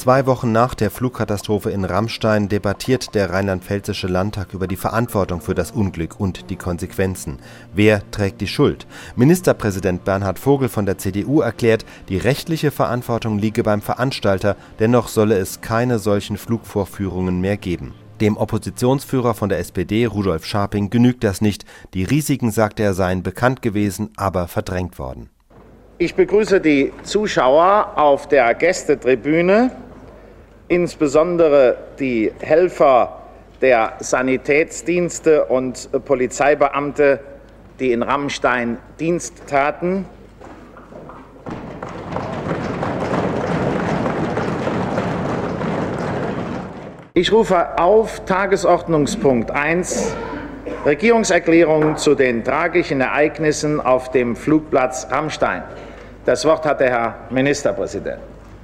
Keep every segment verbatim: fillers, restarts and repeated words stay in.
Zwei Wochen nach der Flugkatastrophe in Ramstein debattiert der Rheinland-Pfälzische Landtag über die Verantwortung für das Unglück und die Konsequenzen. Wer trägt die Schuld? Ministerpräsident Bernhard Vogel von der C D U erklärt, die rechtliche Verantwortung liege beim Veranstalter, dennoch solle es keine solchen Flugvorführungen mehr geben. Dem Oppositionsführer von der S P D, Rudolf Scharping, genügt das nicht. Die Risiken, sagt er, seien bekannt gewesen, aber verdrängt worden. Ich begrüße die Zuschauer auf der Gästetribüne, insbesondere die Helfer der Sanitätsdienste und Polizeibeamte, die in Ramstein Dienst taten. Ich rufe auf Tagesordnungspunkt eins, Regierungserklärung zu den tragischen Ereignissen auf dem Flugplatz Ramstein. Das Wort hat der Herr Ministerpräsident.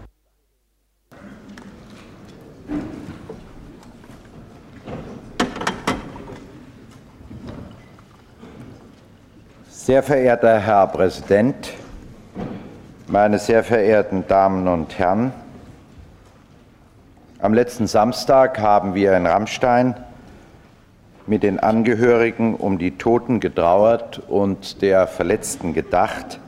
Sehr verehrter Herr Präsident, meine sehr verehrten Damen und Herren! Am letzten Samstag haben wir in Ramstein mit den Angehörigen um die Toten getrauert und der Verletzten gedacht.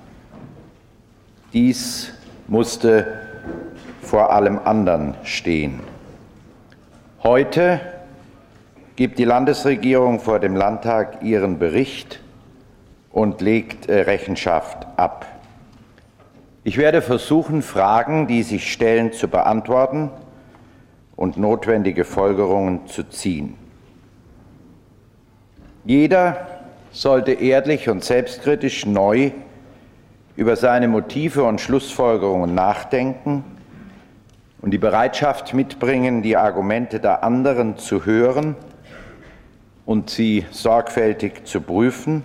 Dies musste vor allem anderen stehen. Heute gibt die Landesregierung vor dem Landtag ihren Bericht und legt Rechenschaft ab. Ich werde versuchen, Fragen, die sich stellen, zu beantworten und notwendige Folgerungen zu ziehen. Jeder sollte ehrlich und selbstkritisch neu über seine Motive und Schlussfolgerungen nachdenken und die Bereitschaft mitbringen, die Argumente der anderen zu hören und sie sorgfältig zu prüfen.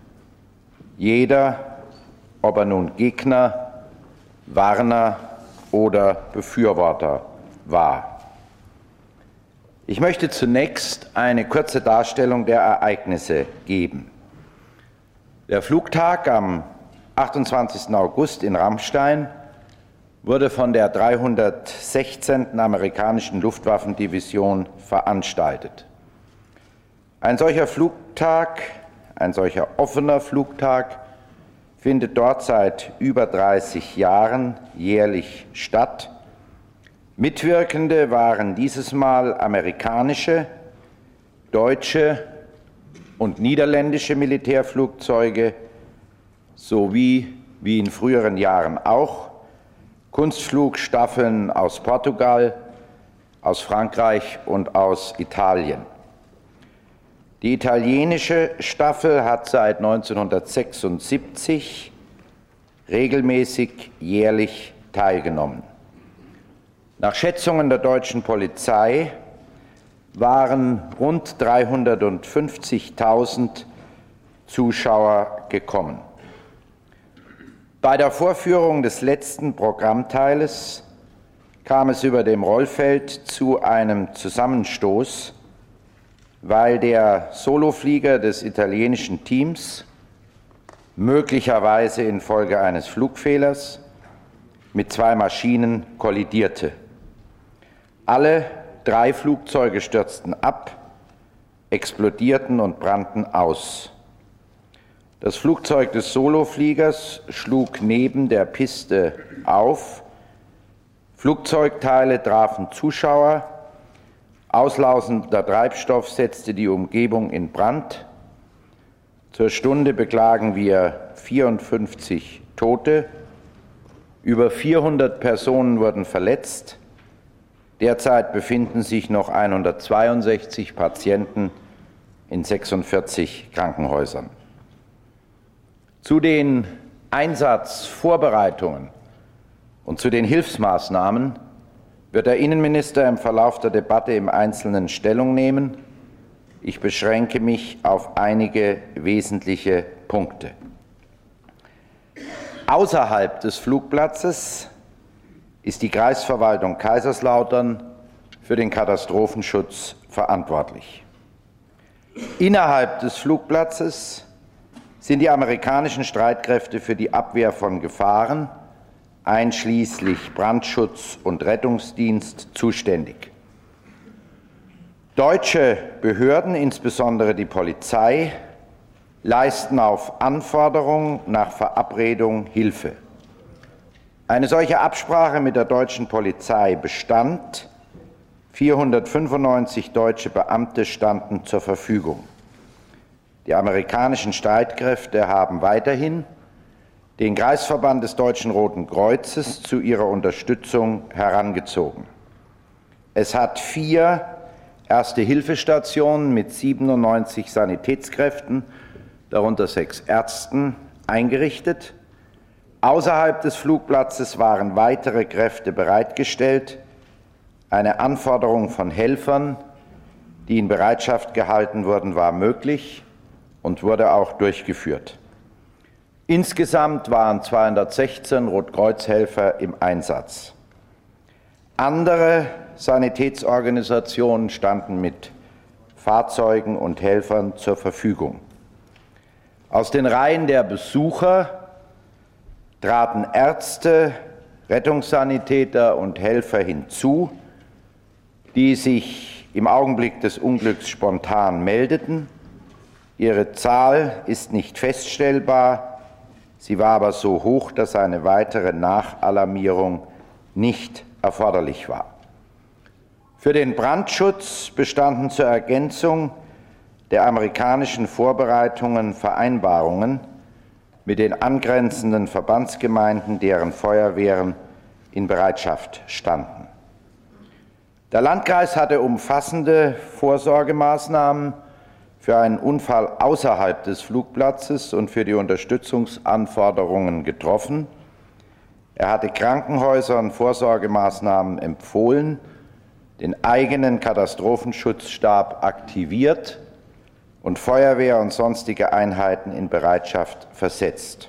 Jeder, ob er nun Gegner, Warner oder Befürworter war. Ich möchte zunächst eine kurze Darstellung der Ereignisse geben. Der Flugtag am achtundzwanzigsten August in Ramstein wurde von der dreihundertsechzehnten amerikanischen Luftwaffendivision veranstaltet. Ein solcher Flugtag, ein solcher offener Flugtag findet dort seit über dreißig Jahren jährlich statt. Mitwirkende waren dieses Mal amerikanische, deutsche und niederländische Militärflugzeuge sowie, wie in früheren Jahren auch, Kunstflugstaffeln aus Portugal, aus Frankreich und aus Italien. Die italienische Staffel hat seit neunzehnhundertsechsundsiebzig regelmäßig jährlich teilgenommen. Nach Schätzungen der deutschen Polizei waren rund dreihundertfünfzigtausend Zuschauer gekommen. Bei der Vorführung des letzten Programmteiles kam es über dem Rollfeld zu einem Zusammenstoß, weil der Soloflieger des italienischen Teams möglicherweise infolge eines Flugfehlers mit zwei Maschinen kollidierte. Alle drei Flugzeuge stürzten ab, explodierten und brannten aus. Das Flugzeug des Solofliegers schlug neben der Piste auf. Flugzeugteile trafen Zuschauer. Auslaufender Treibstoff setzte die Umgebung in Brand. Zur Stunde beklagen wir vierundfünfzig Tote. Über vierhundert Personen wurden verletzt. Derzeit befinden sich noch hundertzweiundsechzig Patienten in sechsundvierzig Krankenhäusern. Zu den Einsatzvorbereitungen und zu den Hilfsmaßnahmen wird der Innenminister im Verlauf der Debatte im Einzelnen Stellung nehmen. Ich beschränke mich auf einige wesentliche Punkte. Außerhalb des Flugplatzes ist die Kreisverwaltung Kaiserslautern für den Katastrophenschutz verantwortlich. Innerhalb des Flugplatzes sind die amerikanischen Streitkräfte für die Abwehr von Gefahren einschließlich Brandschutz und Rettungsdienst, zuständig. Deutsche Behörden, insbesondere die Polizei, leisten auf Anforderung nach Verabredung Hilfe. Eine solche Absprache mit der deutschen Polizei bestand. vierhundertfünfundneunzig deutsche Beamte standen zur Verfügung. Die amerikanischen Streitkräfte haben weiterhin den Kreisverband des Deutschen Roten Kreuzes zu ihrer Unterstützung herangezogen. Es hat vier Erste-Hilfe-Stationen mit siebenundneunzig Sanitätskräften, darunter sechs Ärzten, eingerichtet. Außerhalb des Flugplatzes waren weitere Kräfte bereitgestellt. Eine Anforderung von Helfern, die in Bereitschaft gehalten wurden, war möglich und wurde auch durchgeführt. Insgesamt waren zweihundertsechzehn Rotkreuzhelfer im Einsatz. Andere Sanitätsorganisationen standen mit Fahrzeugen und Helfern zur Verfügung. Aus den Reihen der Besucher traten Ärzte, Rettungssanitäter und Helfer hinzu, die sich im Augenblick des Unglücks spontan meldeten. Ihre Zahl ist nicht feststellbar, sie war aber so hoch, dass eine weitere Nachalarmierung nicht erforderlich war. Für den Brandschutz bestanden zur Ergänzung der amerikanischen Vorbereitungen Vereinbarungen mit den angrenzenden Verbandsgemeinden, deren Feuerwehren in Bereitschaft standen. Der Landkreis hatte umfassende Vorsorgemaßnahmen für einen Unfall außerhalb des Flugplatzes und für die Unterstützungsanforderungen getroffen. Er hatte Krankenhäusern Vorsorgemaßnahmen empfohlen, den eigenen Katastrophenschutzstab aktiviert und Feuerwehr und sonstige Einheiten in Bereitschaft versetzt.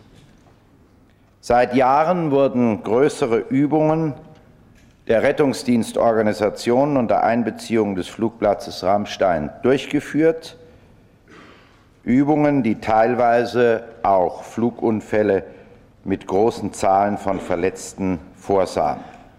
Seit Jahren wurden größere Übungen der Rettungsdienstorganisationen unter Einbeziehung des Flugplatzes Ramstein durchgeführt, Übungen, die teilweise auch Flugunfälle mit großen Zahlen von Verletzten vorsahen.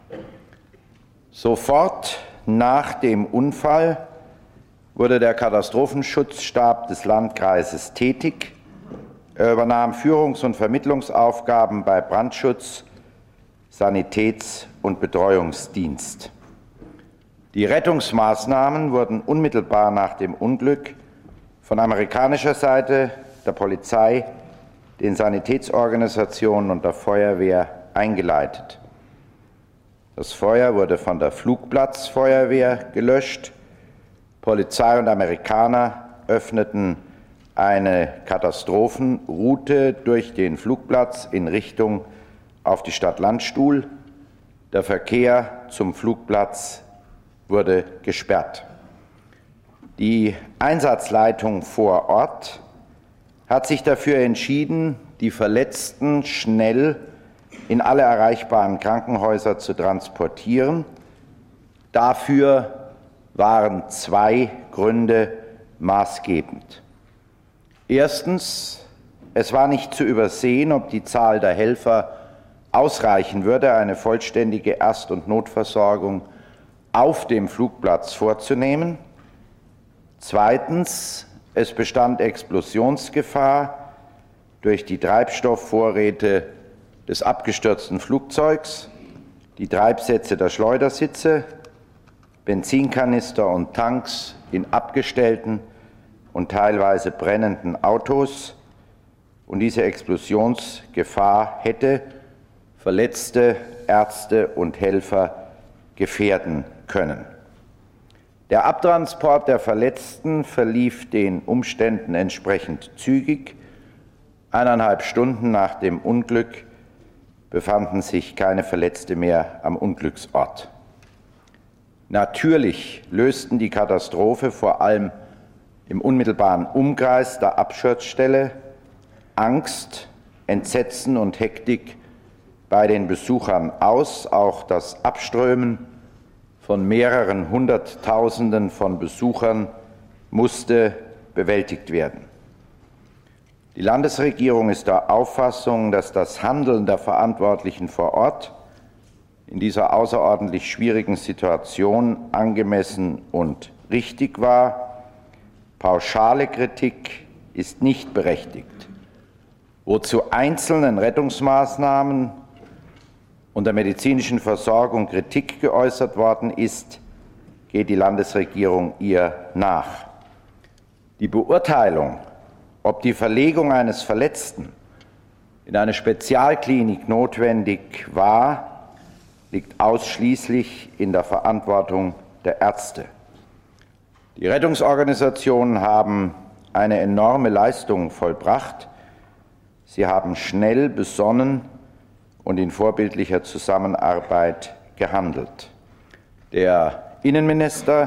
Sofort nach dem Unfall wurde der Katastrophenschutzstab des Landkreises tätig. Er übernahm Führungs- und Vermittlungsaufgaben bei Brandschutz, Sanitäts- und Betreuungsdienst. Die Rettungsmaßnahmen wurden unmittelbar nach dem Unglück von amerikanischer Seite, der Polizei, den Sanitätsorganisationen und der Feuerwehr eingeleitet. Das Feuer wurde von der Flugplatzfeuerwehr gelöscht. Polizei und Amerikaner öffneten eine Katastrophenroute durch den Flugplatz in Richtung auf die Stadt Landstuhl. Der Verkehr zum Flugplatz wurde gesperrt. Die Einsatzleitung vor Ort hat sich dafür entschieden, die Verletzten schnell in alle erreichbaren Krankenhäuser zu transportieren. Dafür waren zwei Gründe maßgebend. Erstens, es war nicht zu übersehen, ob die Zahl der Helfer ausreichen würde, eine vollständige Erst- und Notversorgung auf dem Flugplatz vorzunehmen. Zweitens, es bestand Explosionsgefahr durch die Treibstoffvorräte des abgestürzten Flugzeugs, die Treibsätze der Schleudersitze, Benzinkanister und Tanks in abgestellten und teilweise brennenden Autos. Und diese Explosionsgefahr hätte Verletzte, Ärzte und Helfer gefährden können. Der Abtransport der Verletzten verlief den Umständen entsprechend zügig. Eineinhalb Stunden nach dem Unglück befanden sich keine Verletzte mehr am Unglücksort. Natürlich lösten die Katastrophe vor allem im unmittelbaren Umkreis der Absturzstelle Angst, Entsetzen und Hektik bei den Besuchern aus. Auch das Abströmen von mehreren Hunderttausenden von Besuchern musste bewältigt werden. Die Landesregierung ist der Auffassung, dass das Handeln der Verantwortlichen vor Ort in dieser außerordentlich schwierigen Situation angemessen und richtig war. Pauschale Kritik ist nicht berechtigt. Wo zu einzelnen Rettungsmaßnahmen und der medizinischen Versorgung Kritik geäußert worden ist, geht die Landesregierung ihr nach. Die Beurteilung, ob die Verlegung eines Verletzten in eine Spezialklinik notwendig war, liegt ausschließlich in der Verantwortung der Ärzte. Die Rettungsorganisationen haben eine enorme Leistung vollbracht. Sie haben schnell, besonnen und in vorbildlicher Zusammenarbeit gehandelt. Der Innenminister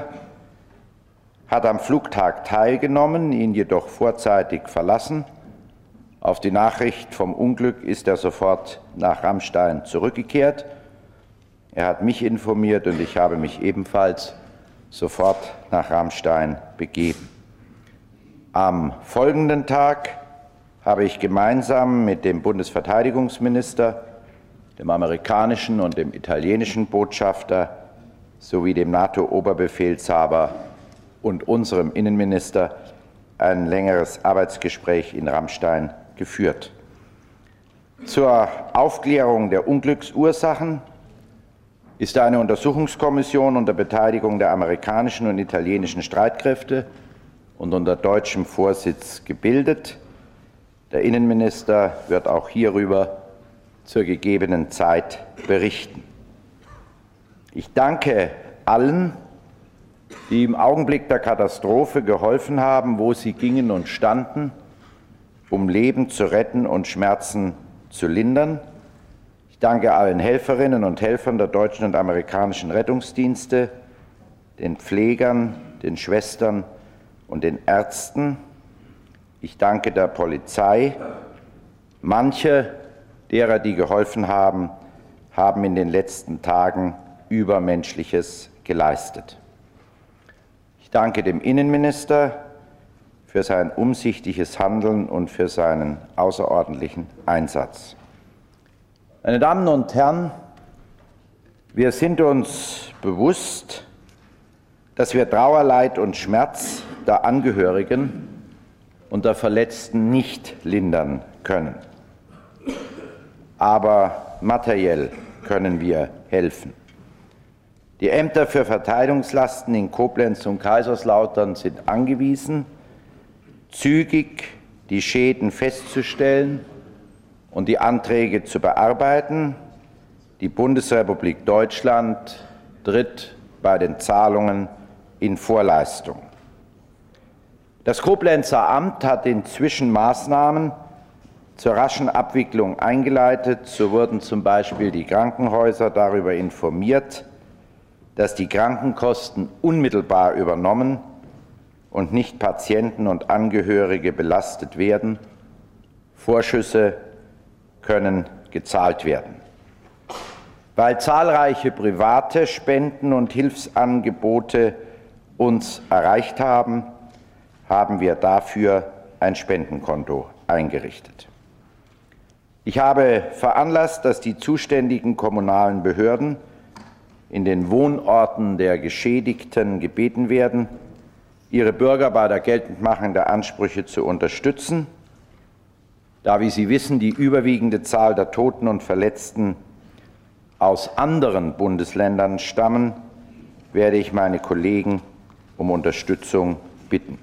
hat am Flugtag teilgenommen, ihn jedoch vorzeitig verlassen. Auf die Nachricht vom Unglück ist er sofort nach Ramstein zurückgekehrt. Er hat mich informiert und ich habe mich ebenfalls sofort nach Ramstein begeben. Am folgenden Tag habe ich gemeinsam mit dem Bundesverteidigungsminister, dem amerikanischen und dem italienischen Botschafter sowie dem NATO-Oberbefehlshaber und unserem Innenminister ein längeres Arbeitsgespräch in Ramstein geführt. Zur Aufklärung der Unglücksursachen ist eine Untersuchungskommission unter Beteiligung der amerikanischen und italienischen Streitkräfte und unter deutschem Vorsitz gebildet. Der Innenminister wird auch hierüber zur gegebenen Zeit berichten. Ich danke allen, die im Augenblick der Katastrophe geholfen haben, wo sie gingen und standen, um Leben zu retten und Schmerzen zu lindern. Ich danke allen Helferinnen und Helfern der deutschen und amerikanischen Rettungsdienste, den Pflegern, den Schwestern und den Ärzten. Ich danke der Polizei. Manche derer, die geholfen haben, haben in den letzten Tagen Übermenschliches geleistet. Ich danke dem Innenminister für sein umsichtiges Handeln und für seinen außerordentlichen Einsatz. Meine Damen und Herren, wir sind uns bewusst, dass wir Trauer, Leid und Schmerz der Angehörigen und der Verletzten nicht lindern können. Aber materiell können wir helfen. Die Ämter für Verteilungslasten in Koblenz und Kaiserslautern sind angewiesen, zügig die Schäden festzustellen und die Anträge zu bearbeiten. Die Bundesrepublik Deutschland tritt bei den Zahlungen in Vorleistung. Das Koblenzer Amt hat inzwischen Maßnahmen zur raschen Abwicklung eingeleitet. So wurden zum Beispiel die Krankenhäuser darüber informiert, dass die Krankenkosten unmittelbar übernommen und nicht Patienten und Angehörige belastet werden. Vorschüsse können gezahlt werden. Weil zahlreiche private Spenden und Hilfsangebote uns erreicht haben, haben wir dafür ein Spendenkonto eingerichtet. Ich habe veranlasst, dass die zuständigen kommunalen Behörden in den Wohnorten der Geschädigten gebeten werden, ihre Bürger bei der Geltendmachung der Ansprüche zu unterstützen. Da, wie Sie wissen, die überwiegende Zahl der Toten und Verletzten aus anderen Bundesländern stammen, werde ich meine Kollegen um Unterstützung bitten.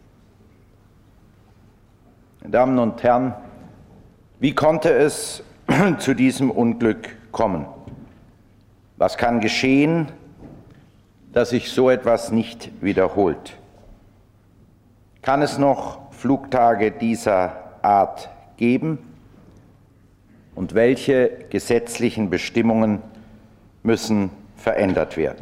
Meine Damen und Herren, wie konnte es zu diesem Unglück kommen? Was kann geschehen, dass sich so etwas nicht wiederholt? Kann es noch Flugtage dieser Art geben? Und welche gesetzlichen Bestimmungen müssen verändert werden?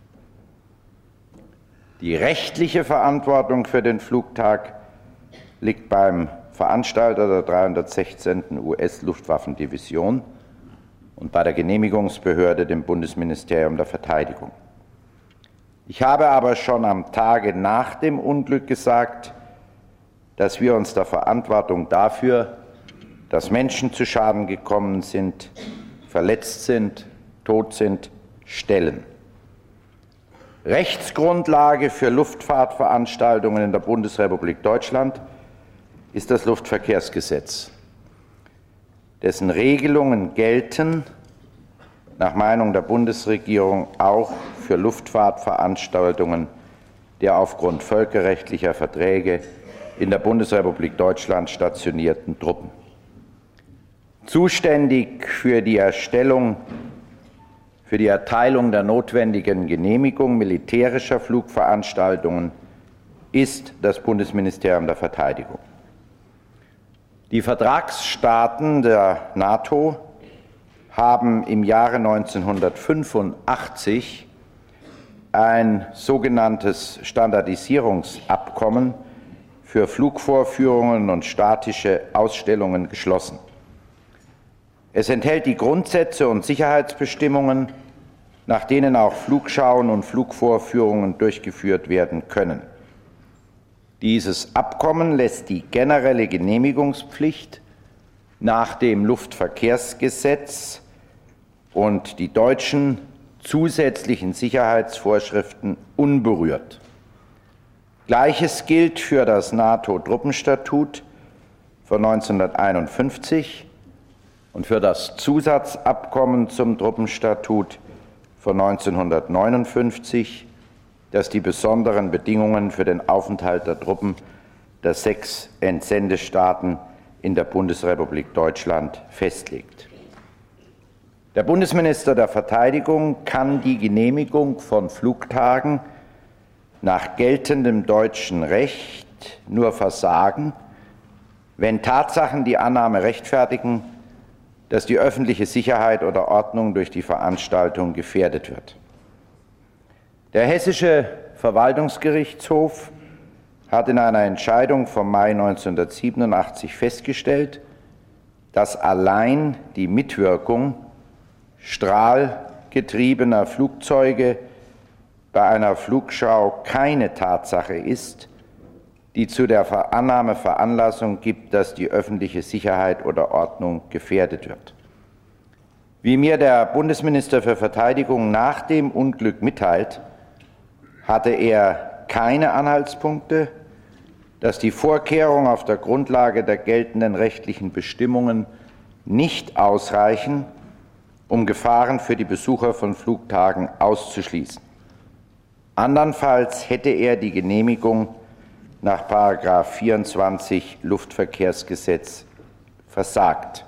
Die rechtliche Verantwortung für den Flugtag liegt beim Veranstalter der dreihundertsechzehnten U S-Luftwaffendivision und bei der Genehmigungsbehörde, dem Bundesministerium der Verteidigung. Ich habe aber schon am Tage nach dem Unglück gesagt, dass wir uns der Verantwortung dafür, dass Menschen zu Schaden gekommen sind, verletzt sind, tot sind, stellen. Rechtsgrundlage für Luftfahrtveranstaltungen in der Bundesrepublik Deutschland ist das Luftverkehrsgesetz, dessen Regelungen gelten nach Meinung der Bundesregierung auch für Luftfahrtveranstaltungen der aufgrund völkerrechtlicher Verträge in der Bundesrepublik Deutschland stationierten Truppen. Zuständig für die Erstellung, für die Erteilung der notwendigen Genehmigung militärischer Flugveranstaltungen ist das Bundesministerium der Verteidigung. Die Vertragsstaaten der NATO haben im Jahre neunzehnhundertfünfundachtzig ein sogenanntes Standardisierungsabkommen für Flugvorführungen und statische Ausstellungen geschlossen. Es enthält die Grundsätze und Sicherheitsbestimmungen, nach denen auch Flugschauen und Flugvorführungen durchgeführt werden können. Dieses Abkommen lässt die generelle Genehmigungspflicht nach dem Luftverkehrsgesetz und die deutschen zusätzlichen Sicherheitsvorschriften unberührt. Gleiches gilt für das NATO-Truppenstatut von neunzehnhunderteinundfünfzig und für das Zusatzabkommen zum Truppenstatut von neunzehnhundertneunundfünfzig, das die besonderen Bedingungen für den Aufenthalt der Truppen der sechs Entsendestaaten in der Bundesrepublik Deutschland festlegt. Der Bundesminister der Verteidigung kann die Genehmigung von Flugtagen nach geltendem deutschen Recht nur versagen, wenn Tatsachen die Annahme rechtfertigen, dass die öffentliche Sicherheit oder Ordnung durch die Veranstaltung gefährdet wird. Der Hessische Verwaltungsgerichtshof hat in einer Entscheidung vom Mai neunzehnhundertsiebenundachtzig festgestellt, dass allein die Mitwirkung strahlgetriebener Flugzeuge bei einer Flugschau keine Tatsache ist, die zu der Annahme Veranlassung gibt, dass die öffentliche Sicherheit oder Ordnung gefährdet wird. Wie mir der Bundesminister für Verteidigung nach dem Unglück mitteilt, hatte er keine Anhaltspunkte, dass die Vorkehrungen auf der Grundlage der geltenden rechtlichen Bestimmungen nicht ausreichen, um Gefahren für die Besucher von Flugtagen auszuschließen. Andernfalls hätte er die Genehmigung nach Paragraph vierundzwanzig Luftverkehrsgesetz versagt.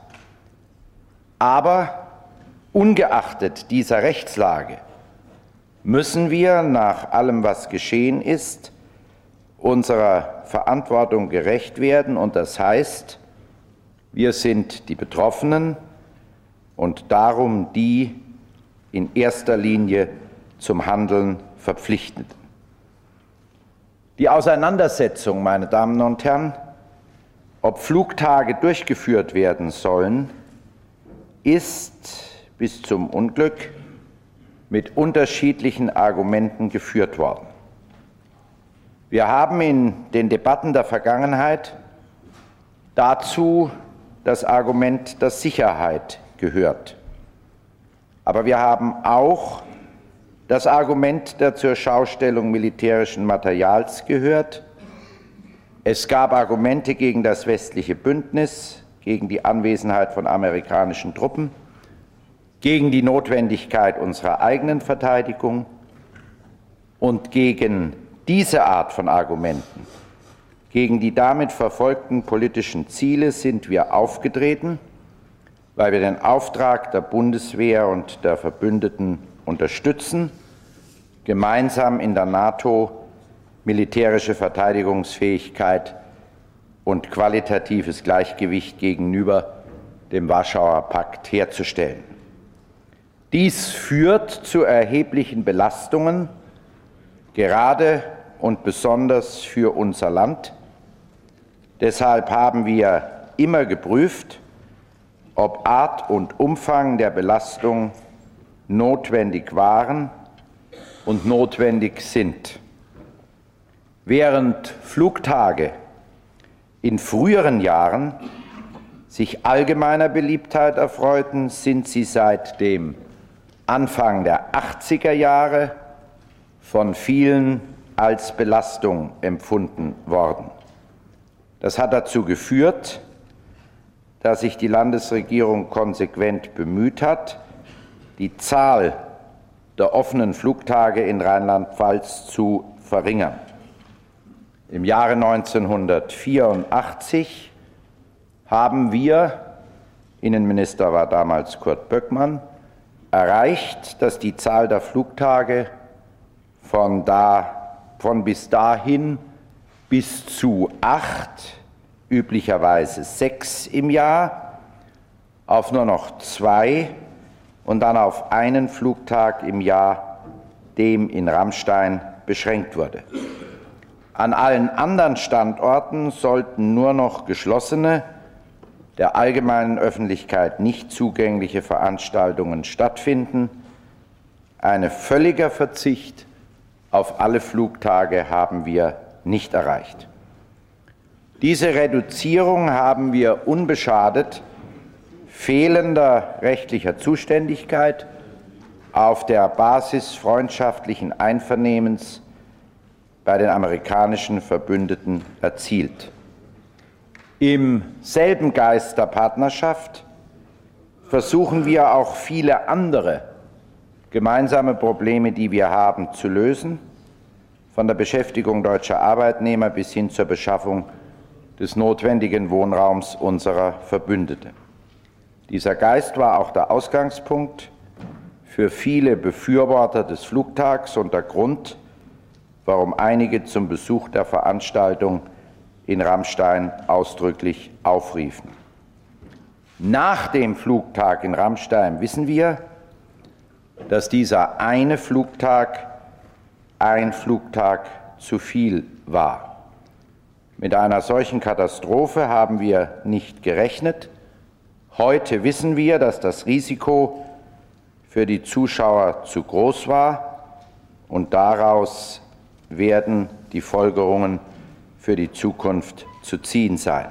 Aber ungeachtet dieser Rechtslage müssen wir nach allem, was geschehen ist, unserer Verantwortung gerecht werden. Und das heißt, wir sind die Betroffenen und darum die in erster Linie zum Handeln Verpflichteten. Die Auseinandersetzung, meine Damen und Herren, ob Flugtage durchgeführt werden sollen, ist bis zum Unglück mit unterschiedlichen Argumenten geführt worden. Wir haben in den Debatten der Vergangenheit dazu das Argument der Sicherheit gehört. Aber wir haben auch das Argument der Zurschaustellung militärischen Materials gehört. Es gab Argumente gegen das westliche Bündnis, gegen die Anwesenheit von amerikanischen Truppen, gegen die Notwendigkeit unserer eigenen Verteidigung und gegen diese Art von Argumenten, gegen die damit verfolgten politischen Ziele sind wir aufgetreten, weil wir den Auftrag der Bundeswehr und der Verbündeten unterstützen, gemeinsam in der NATO militärische Verteidigungsfähigkeit und qualitatives Gleichgewicht gegenüber dem Warschauer Pakt herzustellen. Dies führt zu erheblichen Belastungen, gerade und besonders für unser Land. Deshalb haben wir immer geprüft, ob Art und Umfang der Belastung notwendig waren und notwendig sind. Während Flugtage in früheren Jahren sich allgemeiner Beliebtheit erfreuten, sind sie seit dem Anfang der achtziger Jahre von vielen als Belastung empfunden worden. Das hat dazu geführt, dass sich die Landesregierung konsequent bemüht hat, die Zahl der offenen Flugtage in Rheinland-Pfalz zu verringern. Im Jahre neunzehnhundertvierundachtzig haben wir, Innenminister war damals Kurt Böckmann, erreicht, dass die Zahl der Flugtage von, da, von bis dahin bis zu acht, üblicherweise sechs im Jahr, auf nur noch zwei und dann auf einen Flugtag im Jahr, dem in Ramstein beschränkt wurde. An allen anderen Standorten sollten nur noch geschlossene, der allgemeinen Öffentlichkeit nicht zugängliche Veranstaltungen stattfinden. Ein völliger Verzicht auf alle Flugtage haben wir nicht erreicht. Diese Reduzierung haben wir unbeschadet fehlender rechtlicher Zuständigkeit auf der Basis freundschaftlichen Einvernehmens bei den amerikanischen Verbündeten erzielt. Im selben Geist der Partnerschaft versuchen wir auch viele andere gemeinsame Probleme, die wir haben, zu lösen, von der Beschäftigung deutscher Arbeitnehmer bis hin zur Beschaffung des notwendigen Wohnraums unserer Verbündeten. Dieser Geist war auch der Ausgangspunkt für viele Befürworter des Flugtags und der Grund, warum einige zum Besuch der Veranstaltung in Ramstein ausdrücklich aufriefen. Nach dem Flugtag in Ramstein wissen wir, dass dieser eine Flugtag ein Flugtag zu viel war. Mit einer solchen Katastrophe haben wir nicht gerechnet. Heute wissen wir, dass das Risiko für die Zuschauer zu groß war und daraus werden die Folgerungen für die Zukunft zu ziehen sein.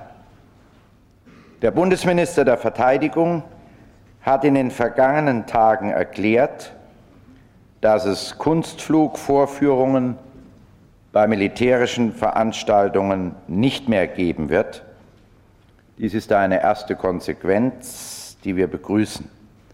Der Bundesminister der Verteidigung hat in den vergangenen Tagen erklärt, dass es Kunstflugvorführungen bei militärischen Veranstaltungen nicht mehr geben wird. Dies ist eine erste Konsequenz, die wir begrüßen.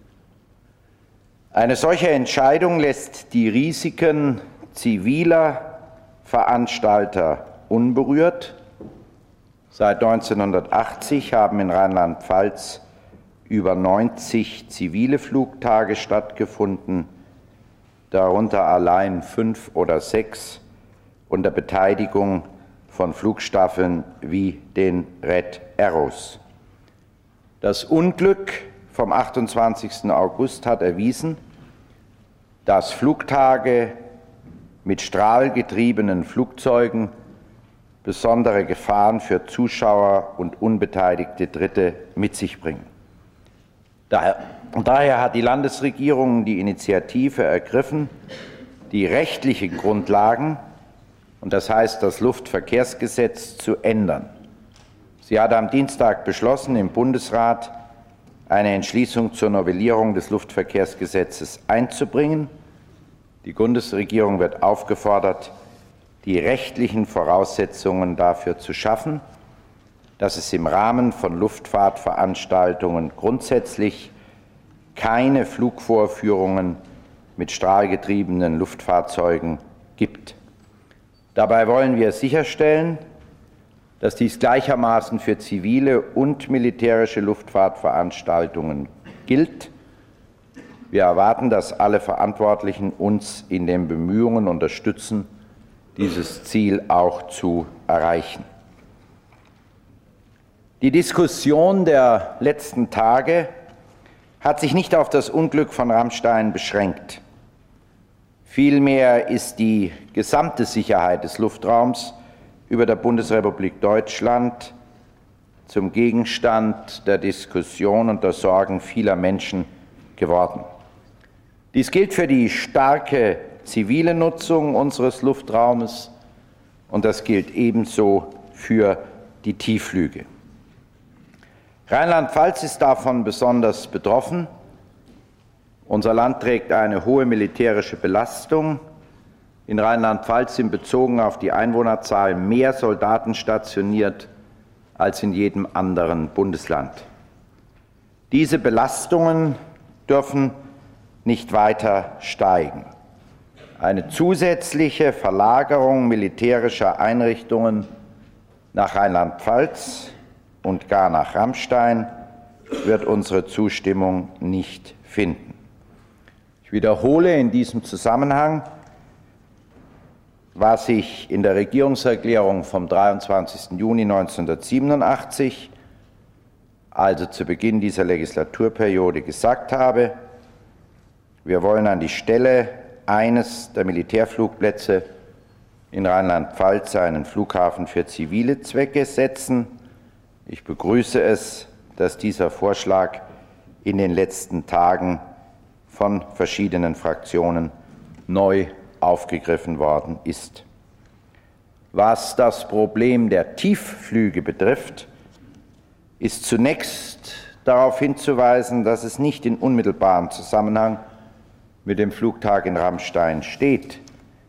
Eine solche Entscheidung lässt die Risiken ziviler Veranstalter unberührt. Seit neunzehnhundertachtzig haben in Rheinland-Pfalz über neunzig zivile Flugtage stattgefunden, darunter allein fünf oder sechs unter Beteiligung von Flugstaffeln wie den Red Arrows. Das Unglück vom achtundzwanzigsten August hat erwiesen, dass Flugtage mit strahlgetriebenen Flugzeugen besondere Gefahren für Zuschauer und unbeteiligte Dritte mit sich bringen. Daher, daher hat die Landesregierung die Initiative ergriffen, die rechtlichen Grundlagen, und das heißt das Luftverkehrsgesetz, zu ändern. Sie hat am Dienstag beschlossen, im Bundesrat eine Entschließung zur Novellierung des Luftverkehrsgesetzes einzubringen. Die Bundesregierung wird aufgefordert, die rechtlichen Voraussetzungen dafür zu schaffen, dass es im Rahmen von Luftfahrtveranstaltungen grundsätzlich keine Flugvorführungen mit strahlgetriebenen Luftfahrzeugen gibt. Dabei wollen wir sicherstellen, dass dies gleichermaßen für zivile und militärische Luftfahrtveranstaltungen gilt. Wir erwarten, dass alle Verantwortlichen uns in den Bemühungen unterstützen, dieses Ziel auch zu erreichen. Die Diskussion der letzten Tage hat sich nicht auf das Unglück von Ramstein beschränkt. Vielmehr ist die gesamte Sicherheit des Luftraums über der Bundesrepublik Deutschland zum Gegenstand der Diskussion und der Sorgen vieler Menschen geworden. Dies gilt für die starke zivile Nutzung unseres Luftraumes und das gilt ebenso für die Tiefflüge. Rheinland-Pfalz ist davon besonders betroffen. Unser Land trägt eine hohe militärische Belastung. In Rheinland-Pfalz sind bezogen auf die Einwohnerzahl mehr Soldaten stationiert als in jedem anderen Bundesland. Diese Belastungen dürfen nicht weiter steigen. Eine zusätzliche Verlagerung militärischer Einrichtungen nach Rheinland-Pfalz und gar nach Ramstein wird unsere Zustimmung nicht finden. Ich wiederhole in diesem Zusammenhang, was ich in der Regierungserklärung vom dreiundzwanzigsten Juni neunzehnhundertsiebenundachtzig, also zu Beginn dieser Legislaturperiode, gesagt habe: Wir wollen an die Stelle eines der Militärflugplätze in Rheinland-Pfalz einen Flughafen für zivile Zwecke setzen. Ich begrüße es, dass dieser Vorschlag in den letzten Tagen von verschiedenen Fraktionen neu aufgegriffen worden ist. Was das Problem der Tiefflüge betrifft, ist zunächst darauf hinzuweisen, dass es nicht in unmittelbarem Zusammenhang mit dem Flugtag in Ramstein steht.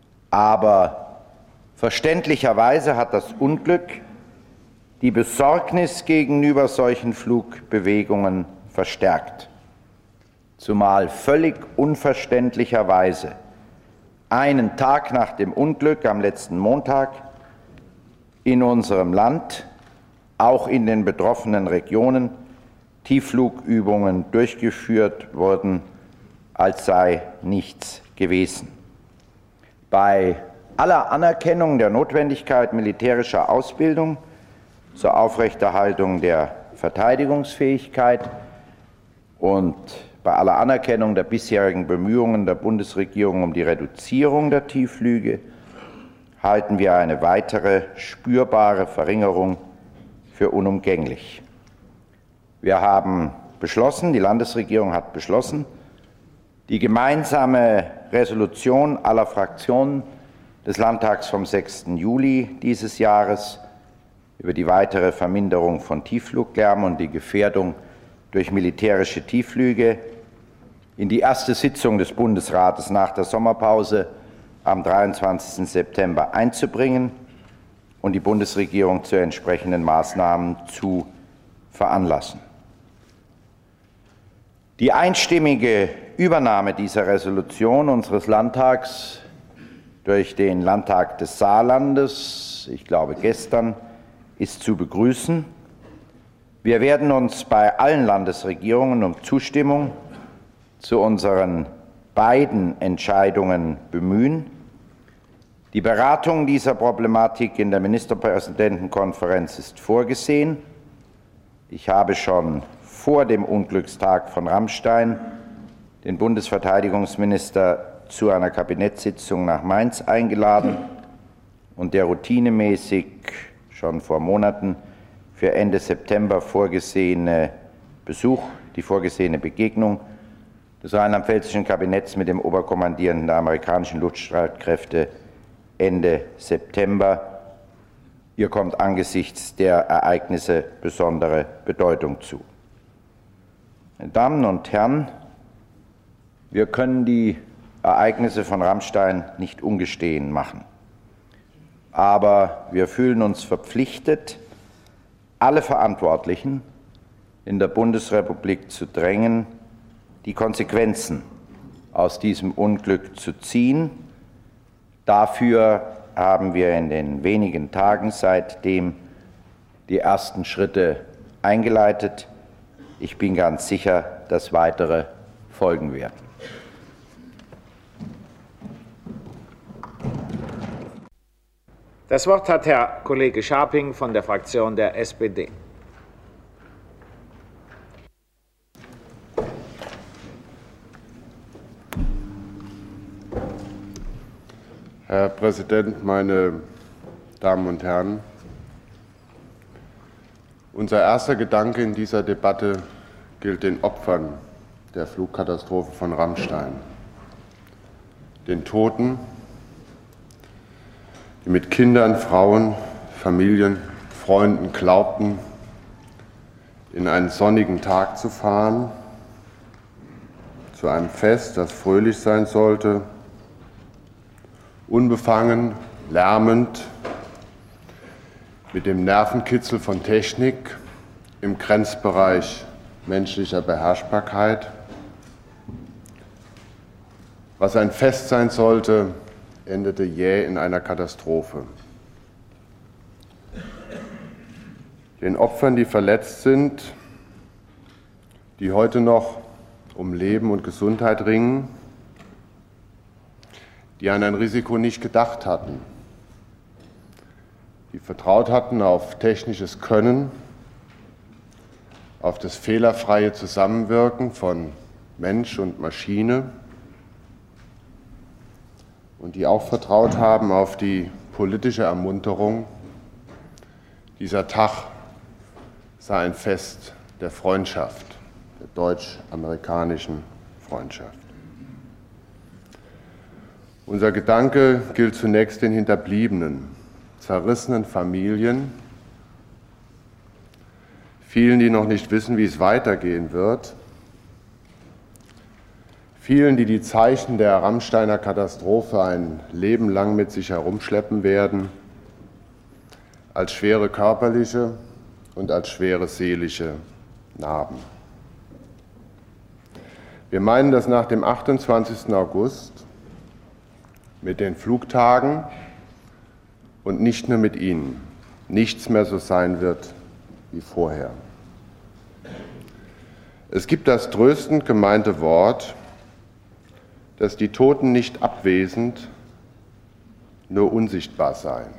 Aber verständlicherweise hat das Unglück die Besorgnis gegenüber solchen Flugbewegungen verstärkt, zumal völlig unverständlicherweise einen Tag nach dem Unglück am letzten Montag in unserem Land, auch in den betroffenen Regionen, Tiefflugübungen durchgeführt wurden, als sei nichts gewesen. Bei aller Anerkennung der Notwendigkeit militärischer Ausbildung zur Aufrechterhaltung der Verteidigungsfähigkeit und bei aller Anerkennung der bisherigen Bemühungen der Bundesregierung um die Reduzierung der Tiefflüge halten wir eine weitere spürbare Verringerung für unumgänglich. Wir haben beschlossen, die Landesregierung hat beschlossen, die gemeinsame Resolution aller Fraktionen des Landtags vom sechsten Juli dieses Jahres über die weitere Verminderung von Tieffluglärm und die Gefährdung durch militärische Tiefflüge in die erste Sitzung des Bundesrates nach der Sommerpause am dreiundzwanzigsten September einzubringen und die Bundesregierung zu entsprechenden Maßnahmen zu veranlassen. Die einstimmige Übernahme dieser Resolution unseres Landtags durch den Landtag des Saarlandes, ich glaube gestern, ist zu begrüßen. Wir werden uns bei allen Landesregierungen um Zustimmung zu unseren beiden Entscheidungen bemühen. Die Beratung dieser Problematik in der Ministerpräsidentenkonferenz ist vorgesehen. Ich habe schon vor dem Unglückstag von Ramstein den Bundesverteidigungsminister zu einer Kabinettssitzung nach Mainz eingeladen und der routinemäßig schon vor Monaten für Ende September vorgesehene Besuch, die vorgesehene Begegnung des rheinland-pfälzischen Kabinetts mit dem Oberkommandierenden der amerikanischen Luftstreitkräfte Ende September. Ihr kommt angesichts der Ereignisse besondere Bedeutung zu. Meine Damen und Herren, wir können die Ereignisse von Ramstein nicht ungestehen machen. Aber wir fühlen uns verpflichtet, alle Verantwortlichen in der Bundesrepublik zu drängen, die Konsequenzen aus diesem Unglück zu ziehen. Dafür haben wir in den wenigen Tagen seitdem die ersten Schritte eingeleitet. Ich bin ganz sicher, dass weitere folgen werden. Das Wort hat Herr Kollege Scharping von der Fraktion der S P D. Herr Präsident, meine Damen und Herren! Unser erster Gedanke in dieser Debatte gilt den Opfern der Flugkatastrophe von Ramstein, den Toten, die mit Kindern, Frauen, Familien, Freunden glaubten, in einen sonnigen Tag zu fahren, zu einem Fest, das fröhlich sein sollte, unbefangen, lärmend, mit dem Nervenkitzel von Technik im Grenzbereich menschlicher Beherrschbarkeit. Was ein Fest sein sollte, endete jäh in einer Katastrophe. Den Opfern, die verletzt sind, die heute noch um Leben und Gesundheit ringen, die an ein Risiko nicht gedacht hatten, die vertraut hatten auf technisches Können, auf das fehlerfreie Zusammenwirken von Mensch und Maschine und die auch vertraut haben auf die politische Ermunterung. Dieser Tag sei ein Fest der Freundschaft, der deutsch-amerikanischen Freundschaft. Unser Gedanke gilt zunächst den Hinterbliebenen, zerrissenen Familien, vielen, die noch nicht wissen, wie es weitergehen wird, vielen, die die Zeichen der Ramsteiner Katastrophe ein Leben lang mit sich herumschleppen werden, als schwere körperliche und als schwere seelische Narben. Wir meinen, dass nach dem achtundzwanzigsten August mit den Flugtagen und nicht nur mit ihnen nichts mehr so sein wird wie vorher. Es gibt das tröstend gemeinte Wort, dass die Toten nicht abwesend, nur unsichtbar seien.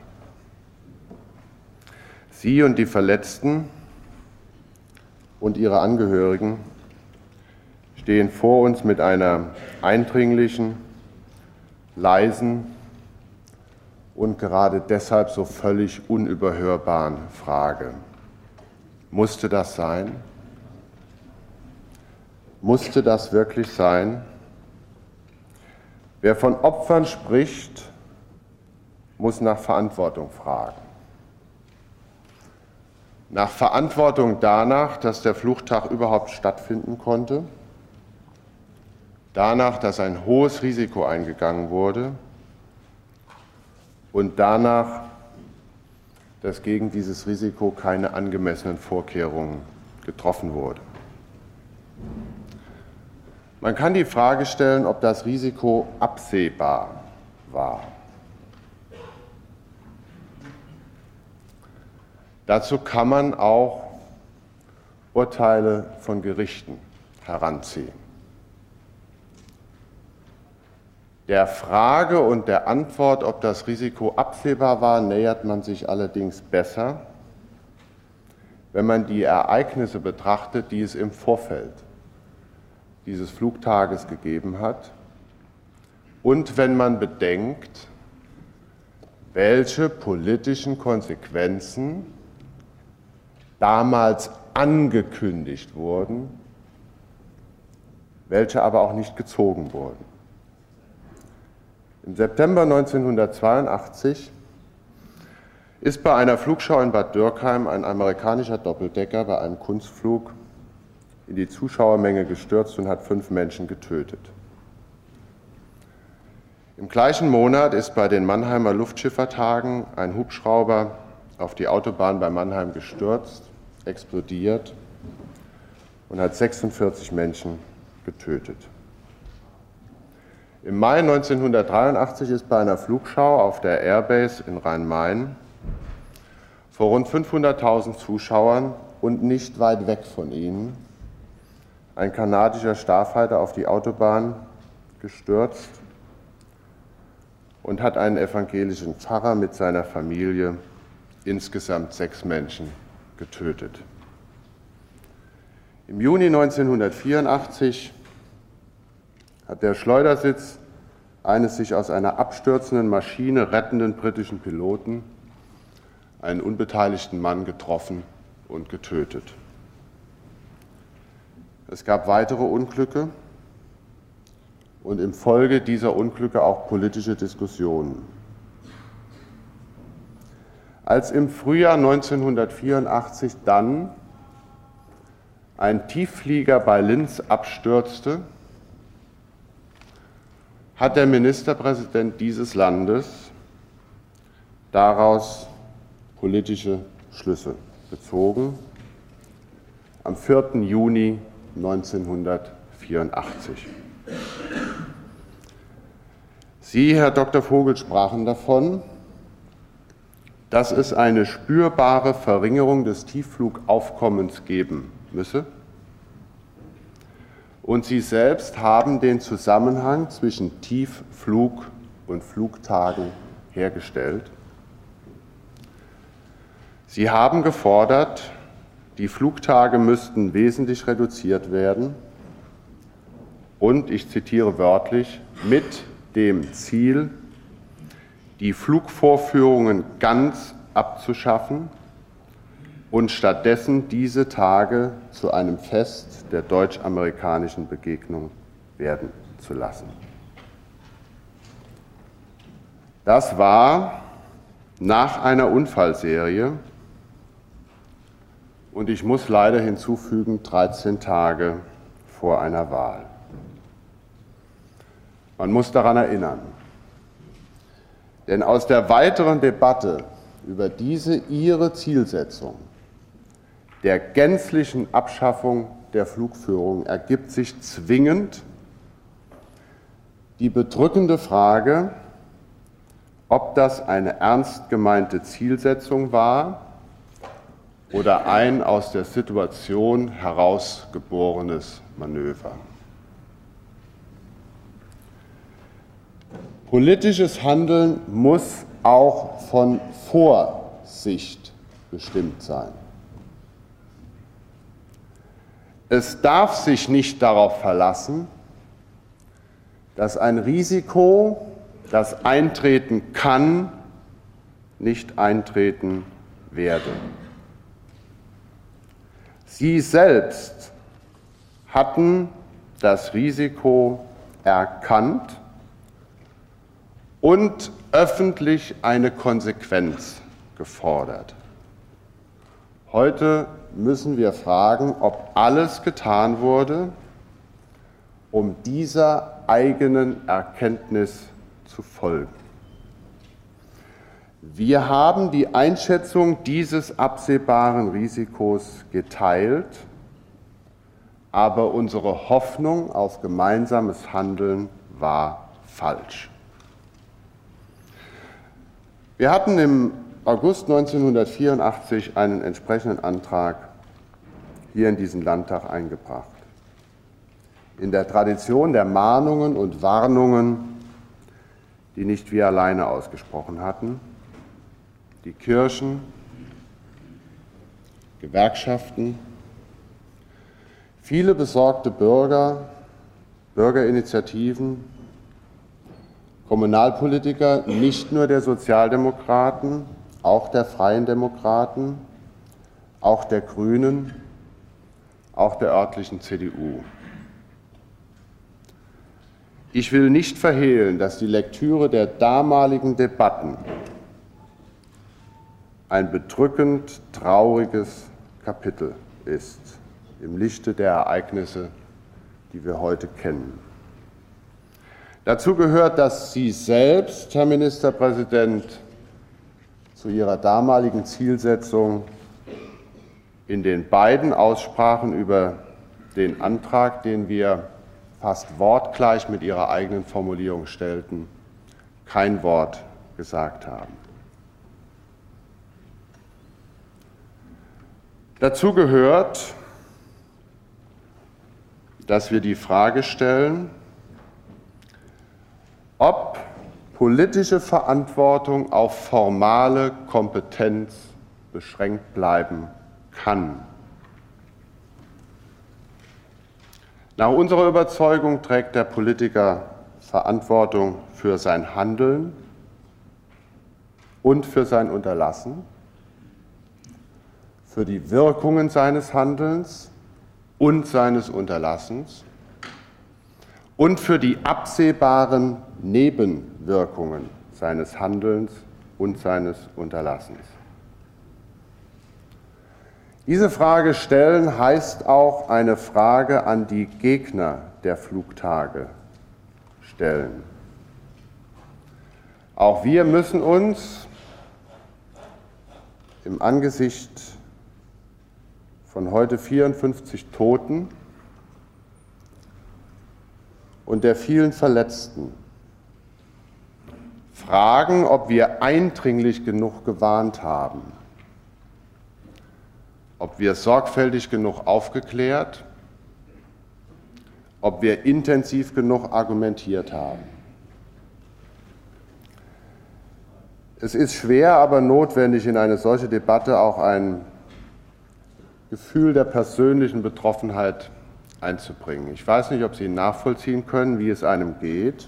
Sie und die Verletzten und ihre Angehörigen stehen vor uns mit einer eindringlichen, leisen und gerade deshalb so völlig unüberhörbaren Frage. Musste das sein? Musste das wirklich sein? Wer von Opfern spricht, muss nach Verantwortung fragen. Nach Verantwortung danach, dass der Fluchtag überhaupt stattfinden konnte, danach, dass ein hohes Risiko eingegangen wurde und danach, dass gegen dieses Risiko keine angemessenen Vorkehrungen getroffen wurden. Man kann die Frage stellen, ob das Risiko absehbar war. Dazu kann man auch Urteile von Gerichten heranziehen. Der Frage und der Antwort, ob das Risiko absehbar war, nähert man sich allerdings besser, wenn man die Ereignisse betrachtet, die es im Vorfeld dieses Flugtages gegeben hat und wenn man bedenkt, welche politischen Konsequenzen damals angekündigt wurden, welche aber auch nicht gezogen wurden. Im September neunzehnhundertzweiundachtzig ist bei einer Flugschau in Bad Dürkheim ein amerikanischer Doppeldecker bei einem Kunstflug in die Zuschauermenge gestürzt und hat fünf Menschen getötet. Im gleichen Monat ist bei den Mannheimer Luftschiffertagen ein Hubschrauber auf die Autobahn bei Mannheim gestürzt, explodiert und hat sechsundvierzig Menschen getötet. Im Mai neunzehnhundertdreiundachtzig ist bei einer Flugschau auf der Airbase in Rhein-Main vor rund fünfhunderttausend Zuschauern und nicht weit weg von ihnen ein kanadischer Starfighter auf die Autobahn gestürzt und hat einen evangelischen Pfarrer mit seiner Familie, insgesamt sechs Menschen, getötet. Im Juni neunzehnhundertvierundachtzig hat der Schleudersitz eines sich aus einer abstürzenden Maschine rettenden britischen Piloten einen unbeteiligten Mann getroffen und getötet. Es gab weitere Unglücke und im Folge dieser Unglücke auch politische Diskussionen. Als im Frühjahr neunzehnhundertvierundachtzig dann ein Tiefflieger bei Linz abstürzte, hat der Ministerpräsident dieses Landes daraus politische Schlüsse gezogen. Am vierten Juni neunzehnhundertvierundachtzig. Sie, Herr Doktor Vogel, sprachen davon, dass es eine spürbare Verringerung des Tiefflugaufkommens geben müsse. Und Sie selbst haben den Zusammenhang zwischen Tiefflug und Flugtagen hergestellt. Sie haben gefordert, die Flugtage müssten wesentlich reduziert werden und, ich zitiere wörtlich, mit dem Ziel, die Flugvorführungen ganz abzuschaffen und stattdessen diese Tage zu einem Fest der deutsch-amerikanischen Begegnung werden zu lassen. Das war nach einer Unfallserie und ich muss leider hinzufügen, dreizehn Tage vor einer Wahl. Man muss daran erinnern, denn aus der weiteren Debatte über diese ihre Zielsetzung der gänzlichen Abschaffung der Flugführung ergibt sich zwingend die bedrückende Frage, ob das eine ernst gemeinte Zielsetzung war oder ein aus der Situation herausgeborenes Manöver. Politisches Handeln muss auch von Vorsicht bestimmt sein. Es darf sich nicht darauf verlassen, dass ein Risiko, das eintreten kann, nicht eintreten werde. Sie selbst hatten das Risiko erkannt und öffentlich eine Konsequenz gefordert. Heute müssen wir fragen, ob alles getan wurde, um dieser eigenen Erkenntnis zu folgen. Wir haben die Einschätzung dieses absehbaren Risikos geteilt, aber unsere Hoffnung auf gemeinsames Handeln war falsch. Wir hatten im August neunzehnhundertvierundachtzig einen entsprechenden Antrag hier in diesen Landtag eingebracht. In der Tradition der Mahnungen und Warnungen, die nicht wir alleine ausgesprochen hatten, die Kirchen, Gewerkschaften, viele besorgte Bürger, Bürgerinitiativen, Kommunalpolitiker, nicht nur der Sozialdemokraten, auch der Freien Demokraten, auch der Grünen, auch der örtlichen C D U. Ich will nicht verhehlen, dass die Lektüre der damaligen Debatten ein bedrückend trauriges Kapitel ist im Lichte der Ereignisse, die wir heute kennen. Dazu gehört, dass Sie selbst, Herr Ministerpräsident, zu Ihrer damaligen Zielsetzung in den beiden Aussprachen über den Antrag, den wir fast wortgleich mit Ihrer eigenen Formulierung stellten, kein Wort gesagt haben. Dazu gehört, dass wir die Frage stellen, ob politische Verantwortung auf formale Kompetenz beschränkt bleiben kann. Nach unserer Überzeugung trägt der Politiker Verantwortung für sein Handeln und für sein Unterlassen, für die Wirkungen seines Handelns und seines Unterlassens und für die absehbaren Nebenwirkungen seines Handelns und seines Unterlassens. Diese Frage stellen heißt auch eine Frage an die Gegner der Flugtage stellen. Auch wir müssen uns im Angesicht von heute vierundfünfzig Toten und der vielen Verletzten fragen, ob wir eindringlich genug gewarnt haben, ob wir sorgfältig genug aufgeklärt, ob wir intensiv genug argumentiert haben. Es ist schwer, aber notwendig, in eine solche Debatte auch ein Gefühl der persönlichen Betroffenheit einzubringen. Ich weiß nicht, ob Sie nachvollziehen können, wie es einem geht,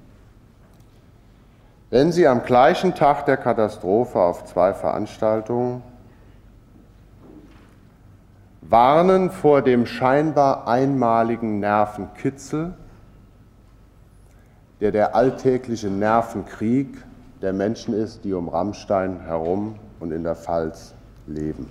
wenn Sie am gleichen Tag der Katastrophe auf zwei Veranstaltungen warnen vor dem scheinbar einmaligen Nervenkitzel, der der alltägliche Nervenkrieg der Menschen ist, die um Rammstein herum und in der Pfalz leben.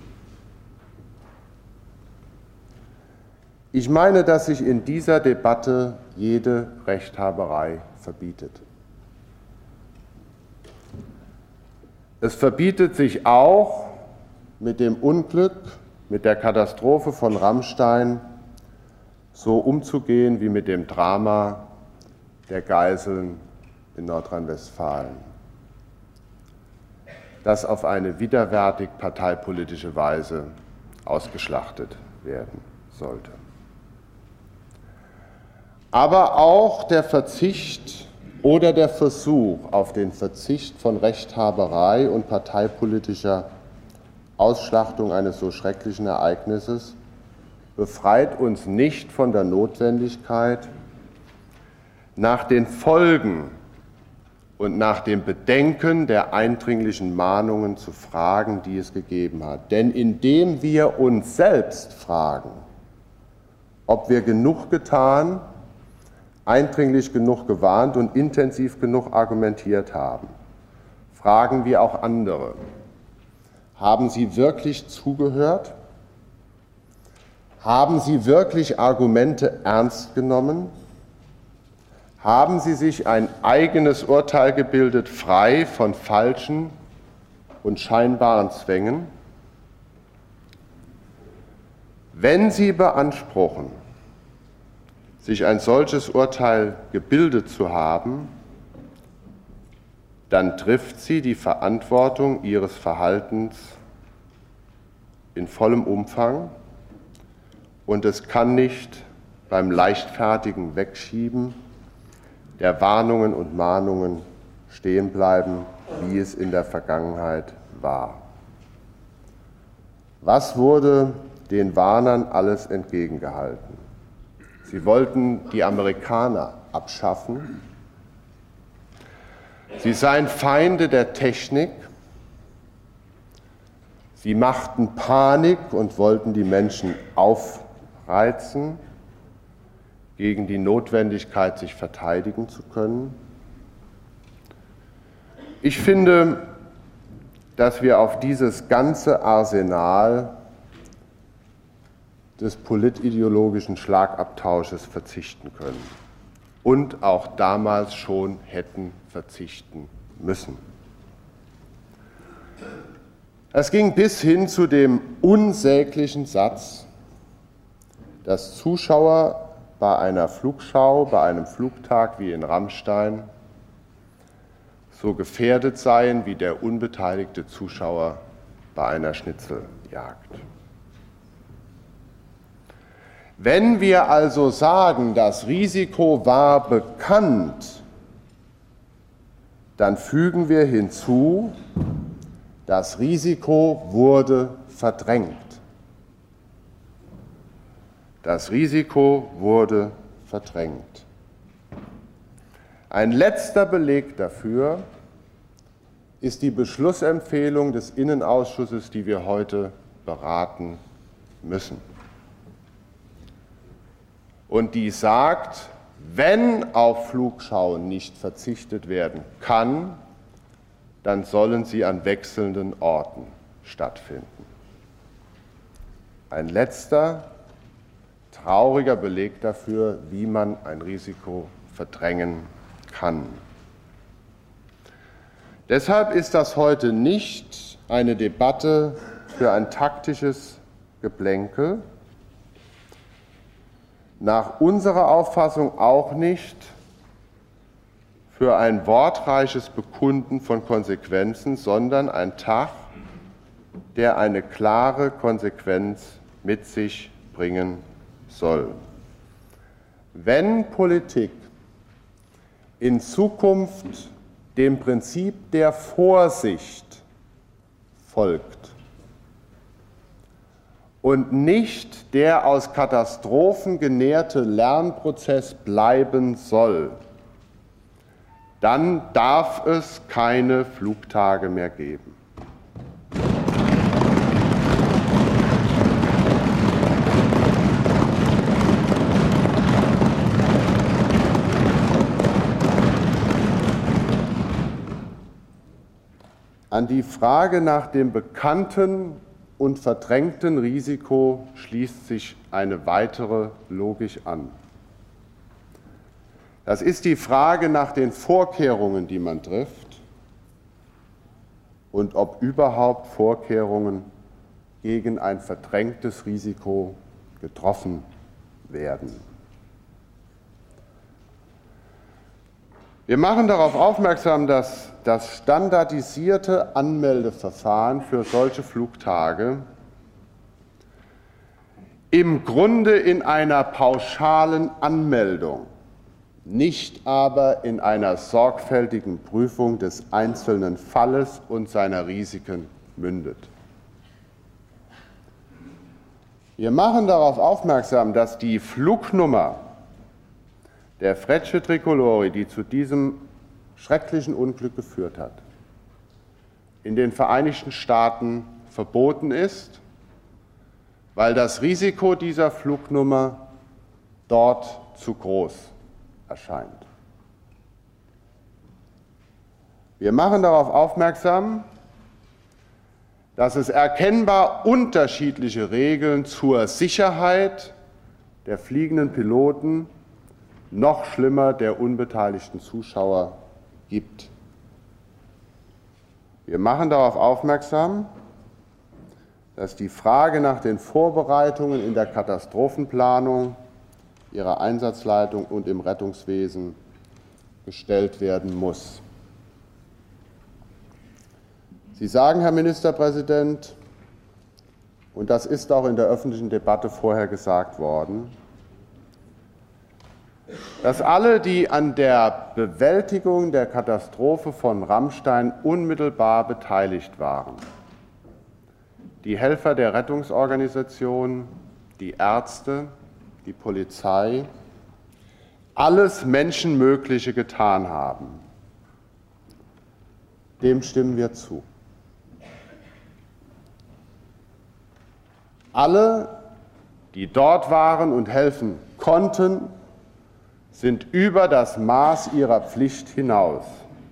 Ich meine, dass sich in dieser Debatte jede Rechthaberei verbietet. Es verbietet sich auch, mit dem Unglück, mit der Katastrophe von Rammstein so umzugehen wie mit dem Drama der Geiseln in Nordrhein-Westfalen, das auf eine widerwärtig parteipolitische Weise ausgeschlachtet werden sollte. Aber auch der Verzicht oder der Versuch auf den Verzicht von Rechthaberei und parteipolitischer Ausschlachtung eines so schrecklichen Ereignisses befreit uns nicht von der Notwendigkeit, nach den Folgen und nach dem Bedenken der eindringlichen Mahnungen zu fragen, die es gegeben hat. Denn indem wir uns selbst fragen, ob wir genug getan, eindringlich genug gewarnt und intensiv genug argumentiert haben, fragen wir auch andere. Haben Sie wirklich zugehört? Haben Sie wirklich Argumente ernst genommen? Haben Sie sich ein eigenes Urteil gebildet, frei von falschen und scheinbaren Zwängen? Wenn Sie beanspruchen, sich ein solches Urteil gebildet zu haben, dann trifft Sie die Verantwortung Ihres Verhaltens in vollem Umfang und es kann nicht beim leichtfertigen Wegschieben der Warnungen und Mahnungen stehen bleiben, wie es in der Vergangenheit war. Was wurde den Warnern alles entgegengehalten? Sie wollten die Amerikaner abschaffen. Sie seien Feinde der Technik. Sie machten Panik und wollten die Menschen aufreizen gegen die Notwendigkeit, sich verteidigen zu können. Ich finde, dass wir auf dieses ganze Arsenal des politideologischen Schlagabtausches verzichten können und auch damals schon hätten verzichten müssen. Es ging bis hin zu dem unsäglichen Satz, dass Zuschauer bei einer Flugschau, bei einem Flugtag wie in Rammstein so gefährdet seien wie der unbeteiligte Zuschauer bei einer Schnitzeljagd. Wenn wir also sagen, das Risiko war bekannt, dann fügen wir hinzu, das Risiko wurde verdrängt. Das Risiko wurde verdrängt. Ein letzter Beleg dafür ist die Beschlussempfehlung des Innenausschusses, die wir heute beraten müssen. Und die sagt, wenn auf Flugschauen nicht verzichtet werden kann, dann sollen sie an wechselnden Orten stattfinden. ein letzter, trauriger Beleg dafür, wie man ein Risiko verdrängen kann. Deshalb ist das heute nicht eine Debatte für ein taktisches Geplänkel, nach unserer Auffassung auch nicht für ein wortreiches Bekunden von Konsequenzen, sondern ein Tag, der eine klare Konsequenz mit sich bringen soll. Wenn Politik in Zukunft dem Prinzip der Vorsicht folgt und nicht der aus Katastrophen genährte Lernprozess bleiben soll, dann darf es keine Flugtage mehr geben. An die Frage nach dem bekannten und verdrängten Risiko schließt sich eine weitere Logik an. Das ist die Frage nach den Vorkehrungen, die man trifft und ob überhaupt Vorkehrungen gegen ein verdrängtes Risiko getroffen werden. Wir machen darauf aufmerksam, dass das standardisierte Anmeldeverfahren für solche Flugtage im Grunde in einer pauschalen Anmeldung, nicht aber in einer sorgfältigen Prüfung des einzelnen Falles und seiner Risiken mündet. Wir machen darauf aufmerksam, dass die Flugnummer der Frecce Tricolori, die zu diesem schrecklichen Unglück geführt hat, in den Vereinigten Staaten verboten ist, weil das Risiko dieser Flugnummer dort zu groß erscheint. Wir machen darauf aufmerksam, dass es erkennbar unterschiedliche Regeln zur Sicherheit der fliegenden Piloten, noch schlimmer der unbeteiligten Zuschauer gibt. Wir machen darauf aufmerksam, dass die Frage nach den Vorbereitungen in der Katastrophenplanung, ihrer Einsatzleitung und im Rettungswesen gestellt werden muss. Sie sagen, Herr Ministerpräsident, und das ist auch in der öffentlichen Debatte vorher gesagt worden, dass alle, die an der Bewältigung der Katastrophe von Ramstein unmittelbar beteiligt waren, die Helfer der Rettungsorganisation, die Ärzte, die Polizei, alles Menschenmögliche getan haben, dem stimmen wir zu. Alle, die dort waren und helfen konnten, sind über das Maß ihrer Pflicht hinaus,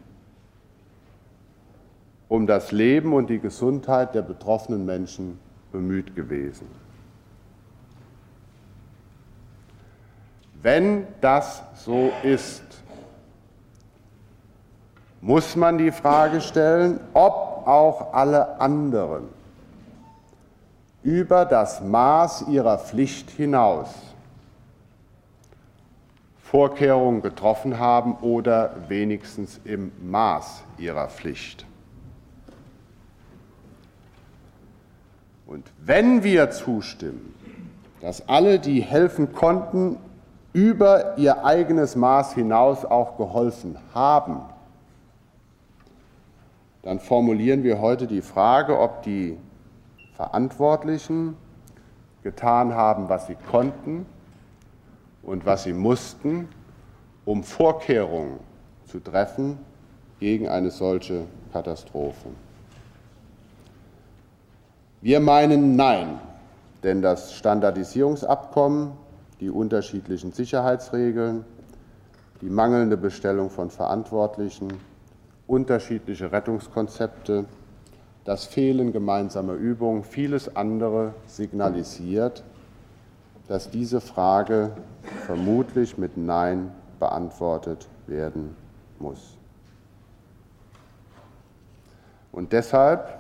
um das Leben und die Gesundheit der betroffenen Menschen bemüht gewesen. Wenn das so ist, muss man die Frage stellen, ob auch alle anderen über das Maß ihrer Pflicht hinaus Vorkehrungen getroffen haben oder wenigstens im Maß ihrer Pflicht. Und wenn wir zustimmen, dass alle, die helfen konnten, über ihr eigenes Maß hinaus auch geholfen haben, dann formulieren wir heute die Frage, ob die Verantwortlichen getan haben, was sie konnten und was sie mussten, um Vorkehrungen zu treffen gegen eine solche Katastrophe. Wir meinen nein, denn das Standardisierungsabkommen, die unterschiedlichen Sicherheitsregeln, die mangelnde Bestellung von Verantwortlichen, unterschiedliche Rettungskonzepte das Fehlen gemeinsamer Übungen, vieles andere signalisiert, dass diese Frage vermutlich mit Nein beantwortet werden muss. Und deshalb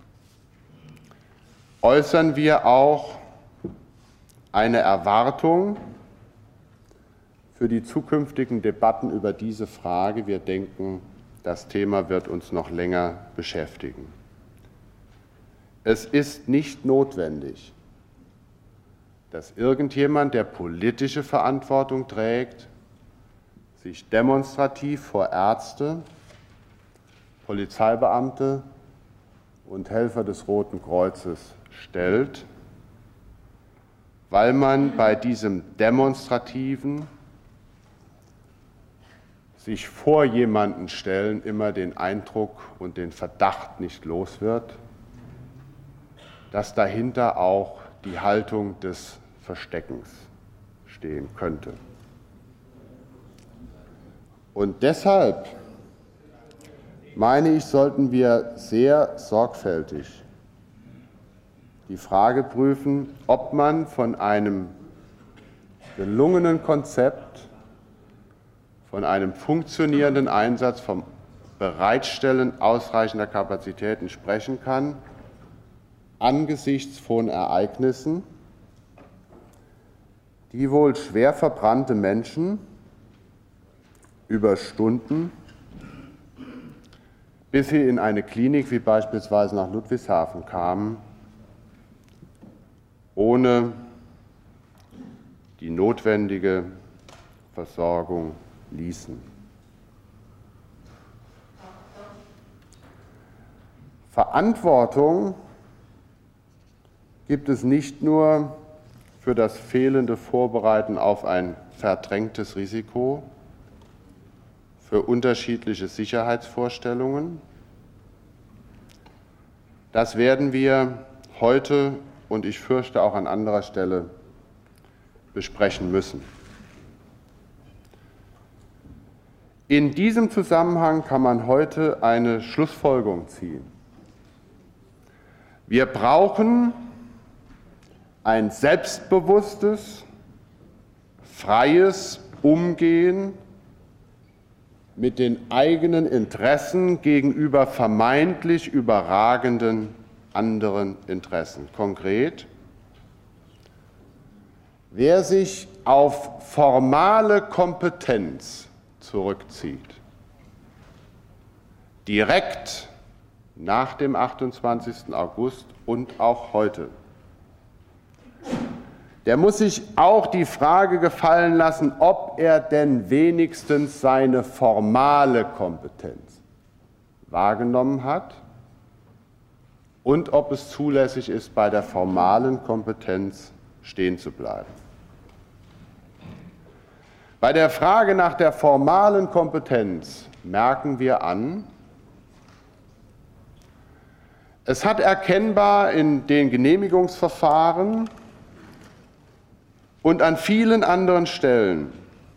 äußern wir auch eine Erwartung für die zukünftigen Debatten über diese Frage. Wir denken, das Thema wird uns noch länger beschäftigen. Es ist nicht notwendig, dass irgendjemand, der politische Verantwortung trägt, sich demonstrativ vor Ärzte, Polizeibeamte und Helfer des Roten Kreuzes stellt, weil man bei diesem demonstrativen sich vor jemanden stellen immer den Eindruck und den Verdacht nicht los wird, dass dahinter auch die Haltung des Versteckens stehen könnte. Und deshalb, meine ich, sollten wir sehr sorgfältig die Frage prüfen, ob man von einem gelungenen Konzept, von einem funktionierenden Einsatz, vom Bereitstellen ausreichender Kapazitäten sprechen kann, angesichts von Ereignissen, die wohl schwer verbrannte Menschen über Stunden bis sie in eine Klinik wie beispielsweise nach Ludwigshafen kamen, ohne die notwendige Versorgung ließen. Verantwortung gibt es nicht nur für das fehlende Vorbereiten auf ein verdrängtes Risiko, für unterschiedliche Sicherheitsvorstellungen. Das werden wir heute und ich fürchte auch an anderer Stelle besprechen müssen. In diesem Zusammenhang kann man heute eine Schlussfolgerung ziehen. Wir brauchen ein selbstbewusstes, freies Umgehen mit den eigenen Interessen gegenüber vermeintlich überragenden anderen Interessen. Konkret, wer sich auf formale Kompetenz zurückzieht, direkt nach dem achtundzwanzigsten August und auch heute, der muss sich auch die Frage gefallen lassen, ob er denn wenigstens seine formale Kompetenz wahrgenommen hat und ob es zulässig ist, bei der formalen Kompetenz stehen zu bleiben. Bei der Frage nach der formalen Kompetenz merken wir an, es hat erkennbar in den Genehmigungsverfahren und an vielen anderen Stellen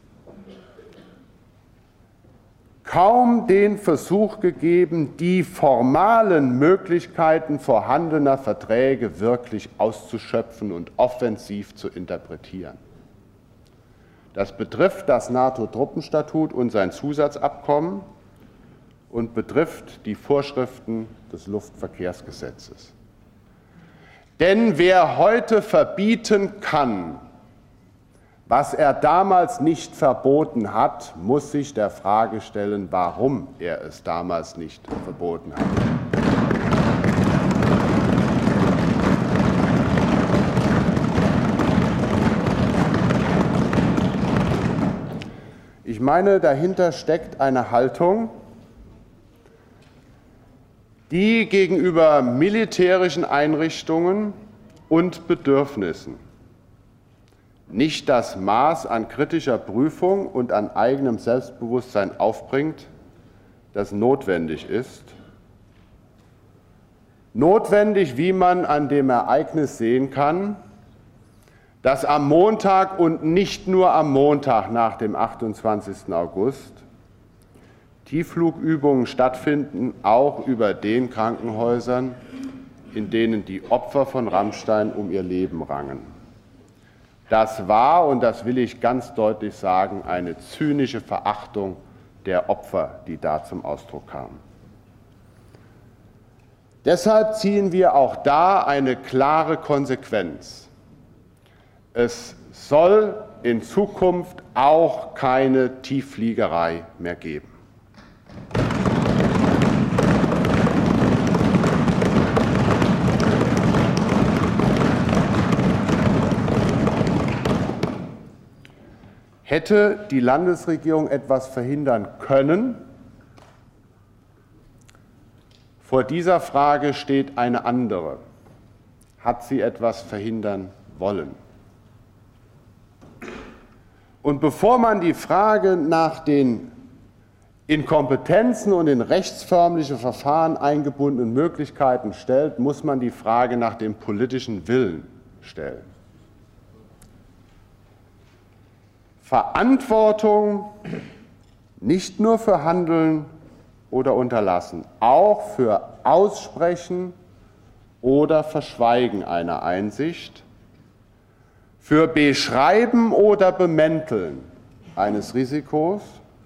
kaum den Versuch gegeben, die formalen Möglichkeiten vorhandener Verträge wirklich auszuschöpfen und offensiv zu interpretieren. Das betrifft das NATO-Truppenstatut und sein Zusatzabkommen und betrifft die Vorschriften des Luftverkehrsgesetzes. Denn wer heute verbieten kann, was er damals nicht verboten hat, muss sich der Frage stellen, warum er es damals nicht verboten hat. Ich meine, dahinter steckt eine Haltung, die gegenüber militärischen Einrichtungen und Bedürfnissen nicht das Maß an kritischer Prüfung und an eigenem Selbstbewusstsein aufbringt, das notwendig ist. Notwendig, wie man an dem Ereignis sehen kann, dass am Montag und nicht nur am Montag nach dem achtundzwanzigsten August Tiefflugübungen stattfinden, auch über den Krankenhäusern, in denen die Opfer von Ramstein um ihr Leben rangen. Das war, und das will ich ganz deutlich sagen, eine zynische Verachtung der Opfer, die da zum Ausdruck kam. Deshalb ziehen wir auch da eine klare Konsequenz. Es soll in Zukunft auch keine Tieffliegerei mehr geben. Hätte die Landesregierung etwas verhindern können? Vor dieser Frage steht eine andere. Hat sie etwas verhindern wollen? Und bevor man die Frage nach den in Kompetenzen und in rechtsförmliche Verfahren eingebundenen Möglichkeiten stellt, muss man die Frage nach dem politischen Willen stellen. Verantwortung nicht nur für Handeln oder Unterlassen, auch für Aussprechen oder Verschweigen einer Einsicht, für Beschreiben oder Bemänteln eines Risikos,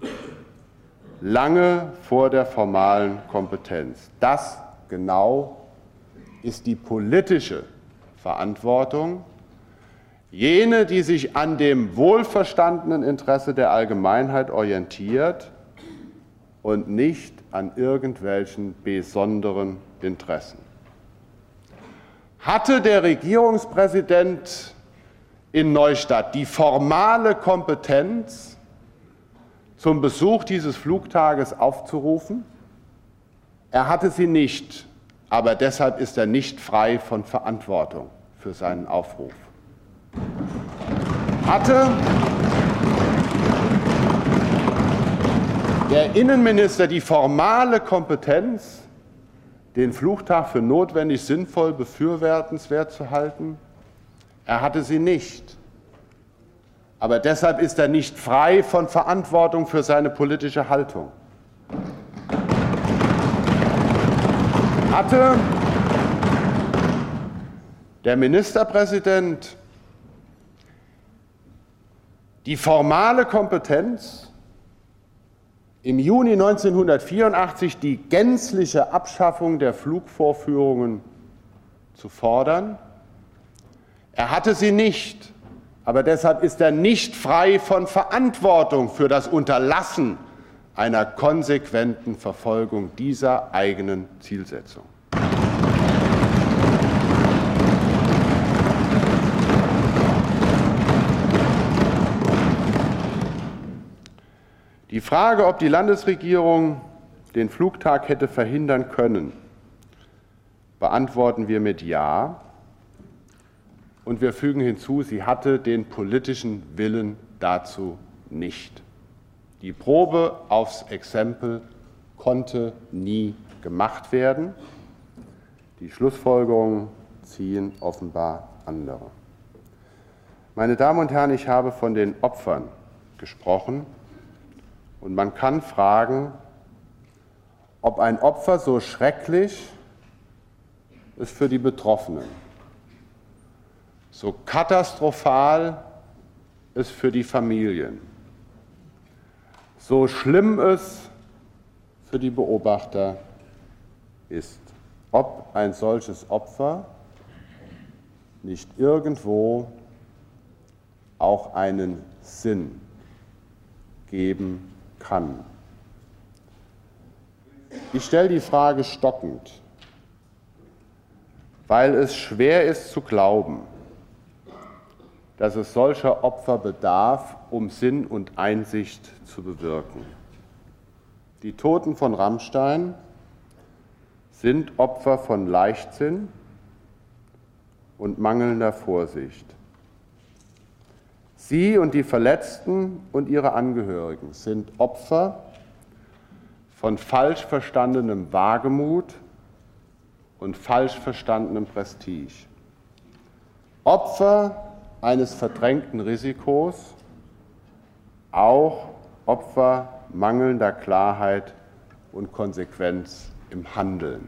lange vor der formalen Kompetenz. Das genau ist die politische Verantwortung, jene, die sich an dem wohlverstandenen Interesse der Allgemeinheit orientiert und nicht an irgendwelchen besonderen Interessen. Hatte der Regierungspräsident in Neustadt die formale Kompetenz, zum Besuch dieses Flugtages aufzurufen? Er hatte sie nicht, aber deshalb ist er nicht frei von Verantwortung für seinen Aufruf. Hatte der Innenminister die formale Kompetenz, den Flugtag für notwendig, sinnvoll, befürwortenswert zu halten? Er hatte sie nicht. Aber deshalb ist er nicht frei von Verantwortung für seine politische Haltung. Hatte der Ministerpräsident die formale Kompetenz, im Juni neunzehnhundertvierundachtzig die gänzliche Abschaffung der Flugvorführungen zu fordern? Er hatte sie nicht, aber deshalb ist er nicht frei von Verantwortung für das Unterlassen einer konsequenten Verfolgung dieser eigenen Zielsetzung. Die Frage, ob die Landesregierung den Flugtag hätte verhindern können, beantworten wir mit Ja. Und wir fügen hinzu, sie hatte den politischen Willen dazu nicht. Die Probe aufs Exempel konnte nie gemacht werden. Die Schlussfolgerungen ziehen offenbar andere. Meine Damen und Herren, ich habe von den Opfern gesprochen. Und man kann fragen, ob ein Opfer so schrecklich ist für die Betroffenen, so katastrophal ist für die Familien, so schlimm es für die Beobachter ist, ob ein solches Opfer nicht irgendwo auch einen Sinn geben kann. Ich stelle die Frage stockend, weil es schwer ist zu glauben, dass es solcher Opfer bedarf, um Sinn und Einsicht zu bewirken. Die Toten von Ramstein sind Opfer von Leichtsinn und mangelnder Vorsicht. Sie und die Verletzten und ihre Angehörigen sind Opfer von falsch verstandenem Wagemut und falsch verstandenem Prestige. Opfer eines verdrängten Risikos, auch Opfer mangelnder Klarheit und Konsequenz im Handeln.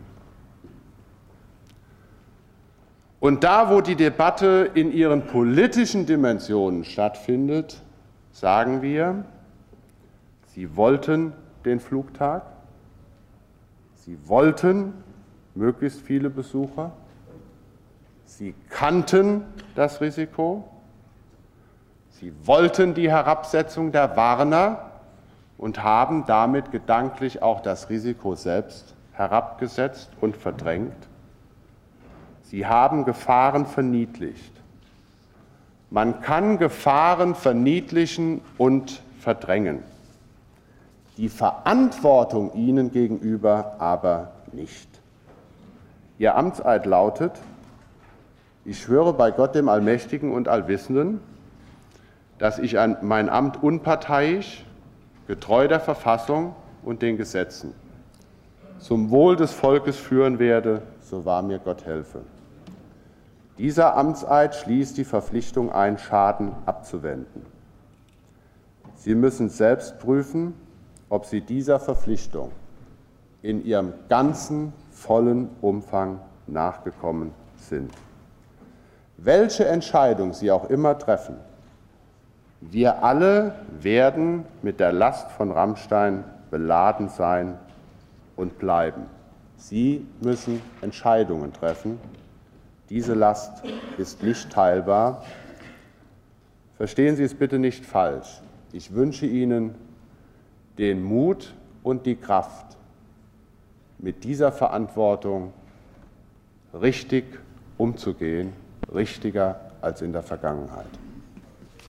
Und da, wo die Debatte in ihren politischen Dimensionen stattfindet, sagen wir, Sie wollten den Flugtag, Sie wollten möglichst viele Besucher, Sie kannten das Risiko, Sie wollten die Herabsetzung der Warner und haben damit gedanklich auch das Risiko selbst herabgesetzt und verdrängt. Sie haben Gefahren verniedlicht. Man kann Gefahren verniedlichen und verdrängen. Die Verantwortung ihnen gegenüber aber nicht. Ihr Amtseid lautet: Ich schwöre bei Gott, dem Allmächtigen und Allwissenden, dass ich mein Amt unparteiisch, getreu der Verfassung und den Gesetzen, zum Wohl des Volkes führen werde, so wahr mir Gott helfe. Dieser Amtseid schließt die Verpflichtung ein, Schaden abzuwenden. Sie müssen selbst prüfen, ob Sie dieser Verpflichtung in ihrem ganzen vollen Umfang nachgekommen sind. Welche Entscheidung Sie auch immer treffen, wir alle werden mit der Last von Ramstein beladen sein und bleiben. Sie müssen Entscheidungen treffen. Diese Last ist nicht teilbar. Verstehen Sie es bitte nicht falsch. Ich wünsche Ihnen den Mut und die Kraft, mit dieser Verantwortung richtig umzugehen, richtiger als in der Vergangenheit.